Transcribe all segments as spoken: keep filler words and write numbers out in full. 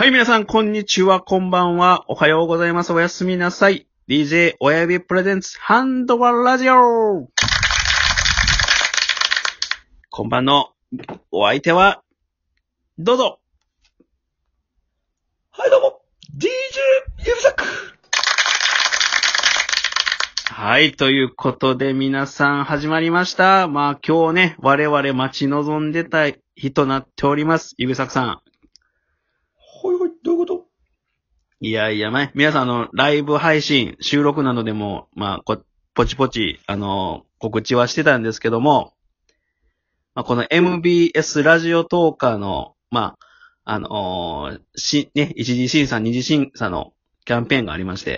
はい、皆さん、こんにちは、こんばんは、おはようございます、おやすみなさい。ディージェー 親指プレゼンツハンドバラジオ。今晩のお相手は、どうぞ。 はいどうも、ディージェー ゆうさく。 はい、ということで皆さん始まりました。まあ今日ね、我々待ち望んでた日となっております。ゆぐさくさん。 ほいほい、どういうこと？ いやいや、まあ、皆さんあの、ライブ配信、収録などでも、まあ、こ、ポチポチ、あの、告知はしてたんですけども、まあ、この エムビーエス ラジオトーカーの、まあ、あのーし、ね、一次審査、二次審査のキャンペーンがありまして。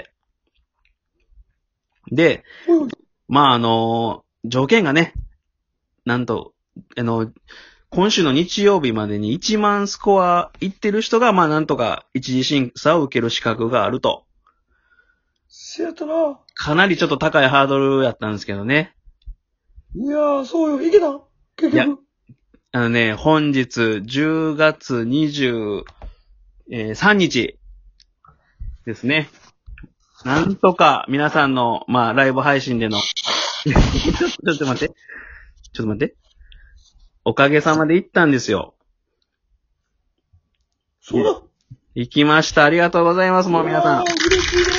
で、 ほいほい。 まあ、あのー条件がね、なんと、あの、今週の日曜日までにいちまんスコアいってる人が、まあ、なんとか一次審査を受ける資格があると。 せやったな。 かなりちょっと高いハードルやったんですけどね。 いやー、そうよ、いけたん結いや局。 あのね、本日じゅうがつにじゅうさんにちですね。なんとか皆さんの、まあ、ライブ配信での、ちょっと、ちょっと待って。ちょっと待って。おかげさまで行ったんですよ。 そうだ。 行きました。ありがとうございます、もう皆さん。 嬉しいね。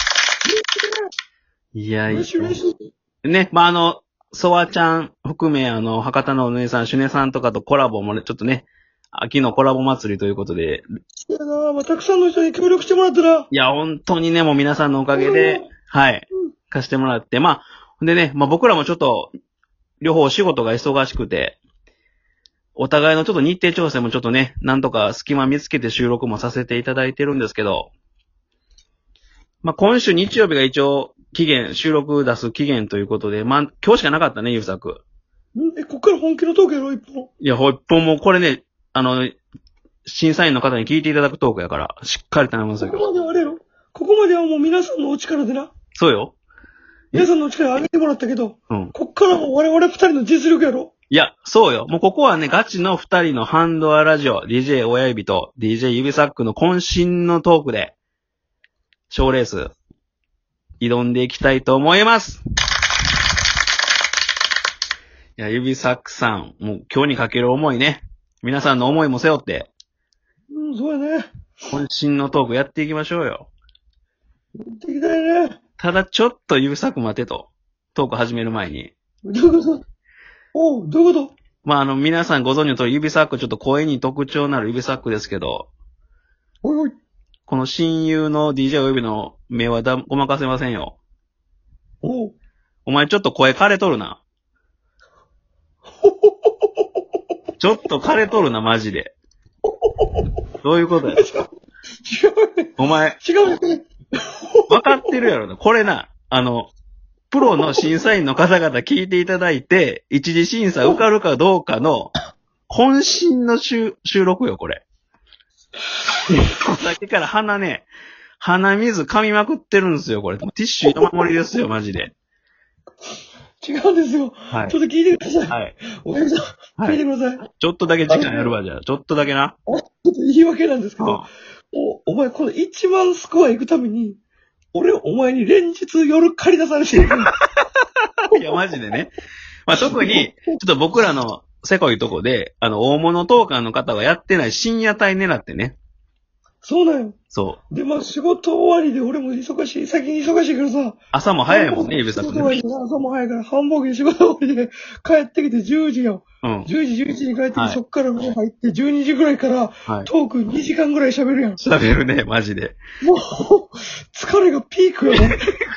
いやいや。 嬉しい嬉しい。 ね、まあ、あの、ソワちゃん含め、あの、博多のお姉さん、シュネさんとかとコラボもね、ちょっとね、秋のコラボ祭りということで。 いやな、まあ、たくさんの人に協力してもらったら。 いや、本当にね、もう皆さんのおかげで、はい、貸してもらって、まあ、でね、まあ僕らもちょっと、両方お仕事が忙しくて、お互いのちょっと日程調整もちょっとね、なんとか隙間見つけて収録もさせていただいてるんですけど、まあ今週日曜日が一応期限、収録出す期限ということで、まあ今日しかなかったね、ゆうさく。 んえ、こっから本気のトークやろ、一本。 いや、ほ一本もこれね、あの、審査員の方に聞いていただくトークやから、しっかり頼みますよ。 ここまではあれよ。ここまではもう皆さんのお力でな。 そうよ。 皆さんのお力上げてもらったけど、 うん。 こっからも我々二人の実力やろ。 いや、そうよ。もうここはね、ガチの二人のハンドアラジオ、ディージェー 親指と ディージェー 指サックの渾身のトークで、賞レース、挑んでいきたいと思います。いや、指サックさん、もう今日にかける思いね。皆さんの思いも背負って、 うん、そうやね。 渾身のトークやっていきましょうよ。 やっていきたいね。 ただちょっと指サック待てと。トーク始める前に。 どういうこと？おう、どういうこと？ まあ、あの、皆さんご存知の通り指サックちょっと声に特徴のある指サックですけど、 おいおい。 この親友の ディージェー 親指の目はだごまかせませんよ。 おう。 お前ちょっと声枯れとるな。ちょっと枯れとるな、マジで。どういうことや。 違うね。 お前、 違うね。 わかってるやろな。これな、あの、プロの審査員の方々聞いていただいて、一次審査受かるかどうかの、渾身の収収録よ、これ。さっきから鼻ね、鼻水噛みまくってるんですよ、これ。ティッシュの守りですよ、マジで。 違うんですよ。 はい。 ちょっと聞いてください。 はい。 おやじさん、 はい聞いてください。 ちょっとだけ時間やるわ、じゃあ。ちょっとだけな。 ちょっと言い訳なんですけど、 あお、お前このいちまんスコア行くために、俺、お前に連日夜借り出されてる。 いや、マジでね。まあ、特に、ちょっと僕らのせこいとこで、あの、大物トーカーの方はやってない深夜帯狙ってね。 そうなんよ。 そう。 で、まあ仕事終わりで俺も忙しい。先に忙しいからさ。 朝も早いもんね、指サックね。 仕事終わりでな朝も早いから、繁忙期で仕事終わりで帰ってきてじゅうじよ。 うん。 じゅうじ、じゅういちじに帰ってきて、 はいそっから風呂入ってじゅうにじぐらいからはい。 トークにじかんぐらい喋るやん。 喋るね、マジで。 もう、疲れがピークよね。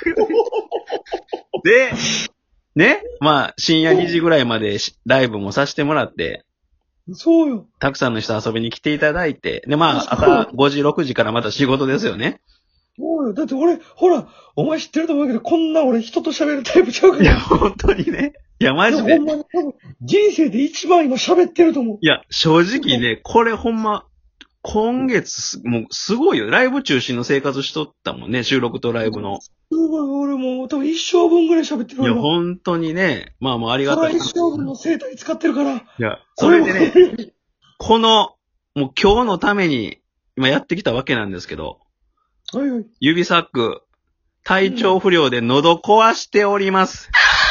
で、ね、まあ、深夜にじぐらいまでしライブもさせてもらって、 そうよ。 たくさんの人遊びに来ていただいて、で、まあ、朝ごじ、ろくじからまた仕事ですよね。 そうよ。だって俺、ほら、お前知ってると思うけど、こんな俺人と喋るタイプちゃうから。 いや、本当にね。いや、マジで。 ほんまに多分、人生で一番今喋ってると思う。 いや、正直ね、これほんま、今月す、もうすごいよ。ライブ中心の生活しとったもんね、収録とライブの。 すごい、俺もう多分一生分ぐらい喋ってるいや、 わ。 本当にね、まあもうありがたい。 それは一生分の生態使ってるから。 いや、それでね、この、もう今日のために、 今やってきたわけなんですけど、 はいはい。 指サック、体調不良で喉壊しております。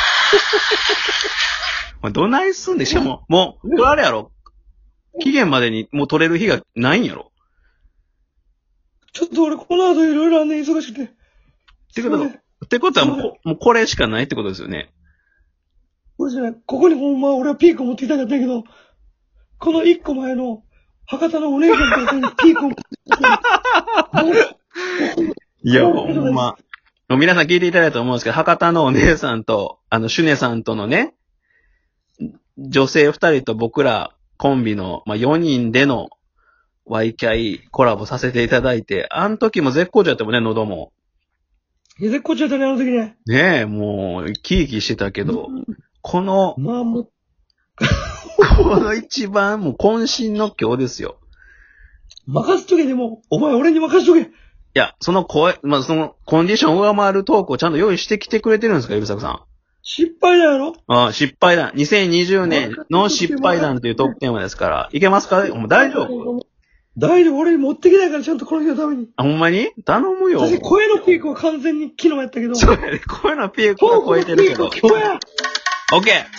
まあどないすんでしかも、もう、これあれやろ。期限までにもう取れる日がないんやろ。 ちょっと俺この後いろいろあんねん忙しくて。 ってことは、ってことはもうこ、もうこれしかないってことですよね。 これじゃない。ここにほんま俺はピークを持ってきたかったんやけど、この一個前の博多のお姉さんとこにピークを持ってきた。 いや、ほんま。皆さん聞いていただいたと思うんですけど、博多のお姉さんと、あの、シュネさんとのね、女性二人と僕らコンビの、まあ、よにんでのワイキャイコラボさせていただいて、あの時も絶好調やったもんね、喉も。 いや、絶好調だったね、あの時ね。 ねえ、もう、キーキーしてたけど、 うん、 この、 まあもう、 この一番、もう渾身の今日ですよ。 任せとけでも、お前俺に任せとけ。 いや、その声、まあ、その、コンディションを上回るトークをちゃんと用意してきてくれてるんですか、ゆびさくさん。 失敗だやろ。 ああ、失敗談。にせんにじゅうねんの失敗談というトークテーマですから。いけますか？もう大丈夫？ 大丈夫。俺に持ってきないから、ちゃんとこの日のために。 あ、ほんまに？頼むよ。 私、声のピークは完全に昨日やったけど。 そうやね。声のピークを超えてるけど。 今日や。 オッケー。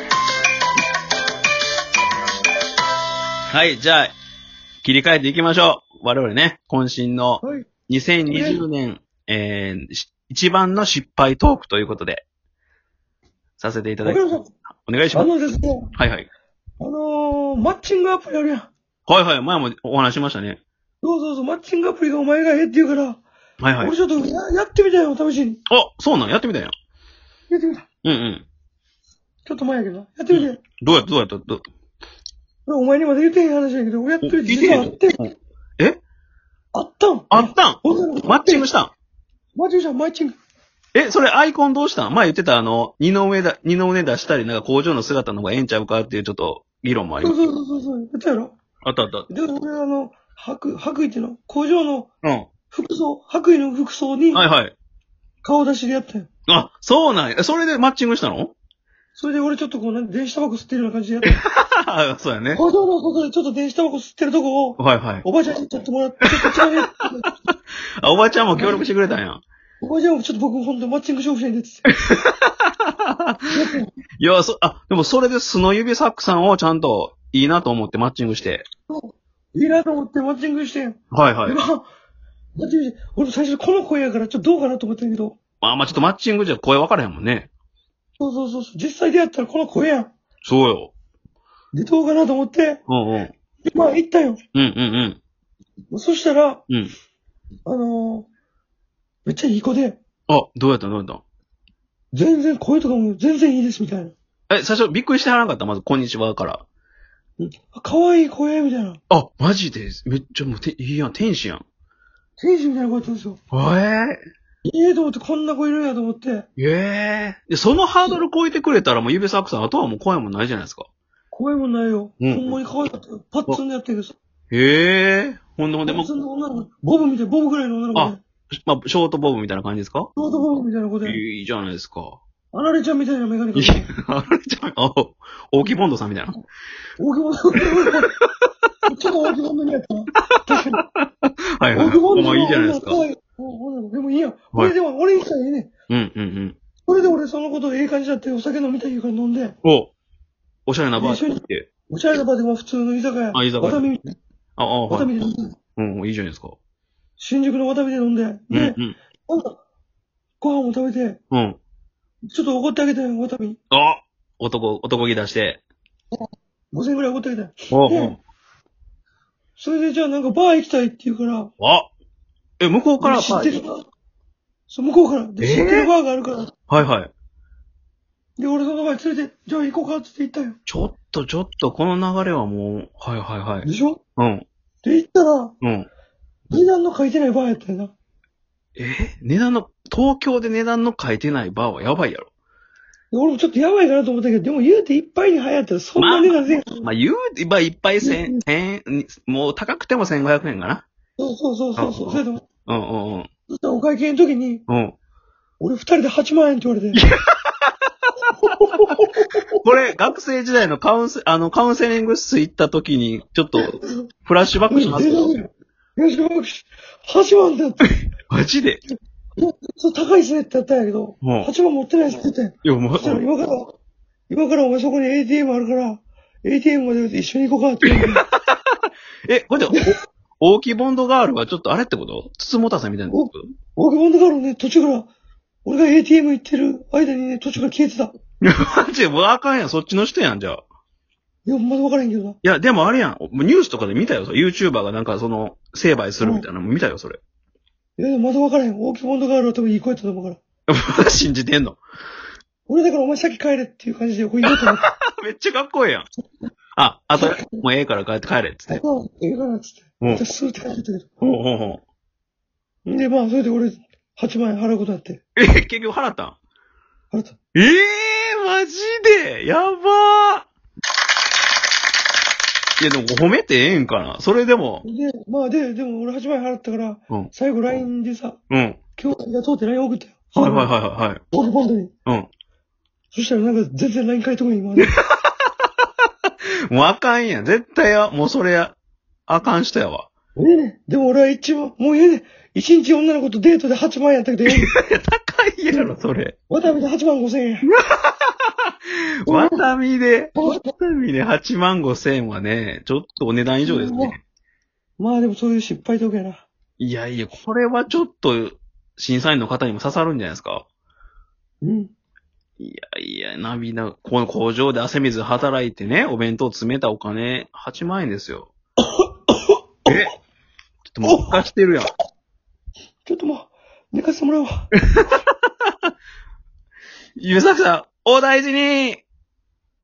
はい、じゃあ、切り替えていきましょう。我々ね、渾身のにせんにじゅうねん、はい、えー、一番の失敗トークということで、させていただきます。お願いします。 あのですね。 はいはい。 あのー、マッチングアプリあるやん。 はいはい、前もお話しましたね。 そうそうそう、マッチングアプリがお前がええって言うから、 はいはい。 俺ちょっとややってみたよ、試しに。 あ、そうなんやってみたやん。 やってみた。 うんうん。 ちょっと前やけどな。やってみて。うん、 どうやったどうやったどうお前にまだ言ってへん話やけど、俺やってみて実はあって。 えあったんあったんマッチングしたんマッチングしたんマッチング。 え、それアイコンどうしたん前言ってたあの、二の上だ、二の腕出したり、なんか工場の姿の方がええんちゃうかっていうちょっと議論もあります。 そうそうそうそう。やったやろあったあった。 で、俺あの、白、白衣っていうの工場のうん。 服装、白衣の服装に、 はいはい。 顔出しでやったよ。 あ、そうなんや。それでマッチングしたのそれで俺ちょっとこう、なん電子タバコ吸ってるような感じでやった。 そうやね。 工場の外でちょっと電子タバコ吸ってるとこを、 はいはい。 おばちゃんにちょっともらって、ちょっと違うね。 あ、おばちゃんも協力してくれたんや。 おばちゃんもちょっと僕ほんとマッチング勝負したいんでって。 いや、そ、あ、でもそれで素の指サックさんをちゃんといいなと思ってマッチングして。 いいなと思ってマッチングしてん。 はいはい。 今、マッチングして、俺も最初この声やからちょっとどうかなと思ったんやけど。 まあまあちょっとマッチングじゃ声分からへんもんね。 そうそうそう。実際出会ったらこの声やん。 そうよ。 で、どうかなと思って。 うんうん。 で、まあ行ったよ。 うんうんうん。そしたら、 うん。 あのー、めっちゃいい子で。 あ、どうやったどうやった全然声とかも全然いいですみたいな。 え、最初びっくりしてはらなかったまず、こんにちはから。 うん。かわいい声みたいな。 あ、マジでめっちゃもうて、いいやん、天使やん。 天使みたいな声だったんですよ。 えええー、と思って、こんな子いるんやと思って。 ええで、そのハードル超えてくれたらもう指サックさん、あとはもう声もないじゃないですか。 声もないよ。 うんほんまに可愛かったよ。パッツンでやってるけどさ。 へえほんでほんでもパッツンの女の子。ボブみたいな、ボブぐらいの女の子で。 あ、まあ、ショートボブみたいな感じですかショートボブみたいな子で。 いいじゃないですか。 あられちゃんみたいなメガネかいや、あれじゃん、あ、大木ボンドさんみたいな。 大木ボンド。ちょっと大木ボンドにやったな。確かに。 はいはい。 大木ボンドまあいいじゃないですか。 でもいいや。俺でも、俺にしたらいいね。 うんうんうん。 それで俺そのことええ感じだってお酒飲みたい言うから飲んで。 おおしゃれなバーって。 おしゃれなバーでも普通の居酒屋。 あ、居酒屋。 ワタミ。 あ、あ、 ワタミで飲んで。 うん、いいじゃないですか。 新宿のワタミで飲んで。で、 うんうん。 なんか、ご飯も食べて。 うん。 ちょっと怒ってあげたよ、ワタミに。 あ男、男気出して。 ごせんえんくらい怒ってあげたよ。 おで、それでじゃあなんかバー行きたいって言うから。 あえ、向こうから知ってるバー。そう、向こうから。で、知ってるバーがあるから。 はいはい。 で、俺その場に連れて、じゃあ行こうかって言ったよ。 ちょっとちょっと、この流れはもう、はいはいはい。 でしょうん。 で、行ったら、 うん。 値段の書いてないバーやったよな。 え値段の、東京で値段の書いてないバーはやばいやろ。 俺もちょっとやばいかなと思ったけど、でも言うて一杯に流行ったらそんな値段せん。 まあ、言うて、まあ、一杯千、千円、もう高くても千五百円かな。 そうそうそうそうそう。それでも。 うんうんうん。 そしたらお会計の時に、 うん。 俺二人ではちまんえんって言われて。 これ、学生時代のカウンセ、あの、カウンセリング室行った時に、ちょっと、フラッシュバックしますよ。 よし、よし、はちまんってなって。 マジでそう、高いっすねってやったんやけど、 うんはちまん持ってないっすって言って。 いや、もう、 そしたら今から、今からお前そこに エーティーエム あるから、エーティーエム まで一緒に行こうかって言うの。 え、これで、大木ボンドガールはちょっとあれってこと筒本さんみたいなこと大木ボンドガールね、途中から、俺が エーティーエム 行ってる間にね、途中から消えてた。 いや、マジで、もうあかんやん。そっちの人やん、じゃあ。 いや、まだ分からへんけどな。 いや、でもあれやん。ニュースとかで見たよ。YouTuber がなんかその、成敗するみたいなのも見たよ、それ。 いや、まだ分からへん。大木ボンドガールは多分いい子やったと思うから。 信じてんの俺だからお前先帰れっていう感じで横にいようと思って。 めっちゃかっこいいやん。あ、あと、もうええから帰って帰れ、っつって。 あ、ええかなっつって。 うん私スーって帰ってたけど。 ほうほうほう。 で、まあ、それで俺、はちまん円払うことになって。 え、結局払ったん払った。 ええー、マジでやばー。いや、でも褒めてええんかなそれでも。 で、まあ、で、でも俺はちまん円払ったから、 うん。 最後 ライン でさ、 うん。 今日ありがとうって ライン 送ったよ。 はいはいはいはいはい。 大木ボンドに。 うん。 そしたらなんか全然 ライン 返ってこない今ね。 もうあかんやん。絶対や、もうそれや、あかん人やわ。 ええね。でも俺は一番、もうええね。一日女の子とデートではちまん円やったけどええね。 いや、高いやろ、それ。 わたびではちまんごせんえんや。 ワタミで、ワタミではちまんごせんはね、ちょっとお値段以上ですね。 まあでもそういう失敗とかやな。 いやいや、これはちょっと、審査員の方にも刺さるんじゃないですか。 うん。 いやいや、ナビな、この工場で汗水働いてね、お弁当詰めたお金、はちまん円ですよ。えちょっともう、かしてるやん。 ちょっともう、寝かせてもらうわ。 ゆうさくさん、お大事に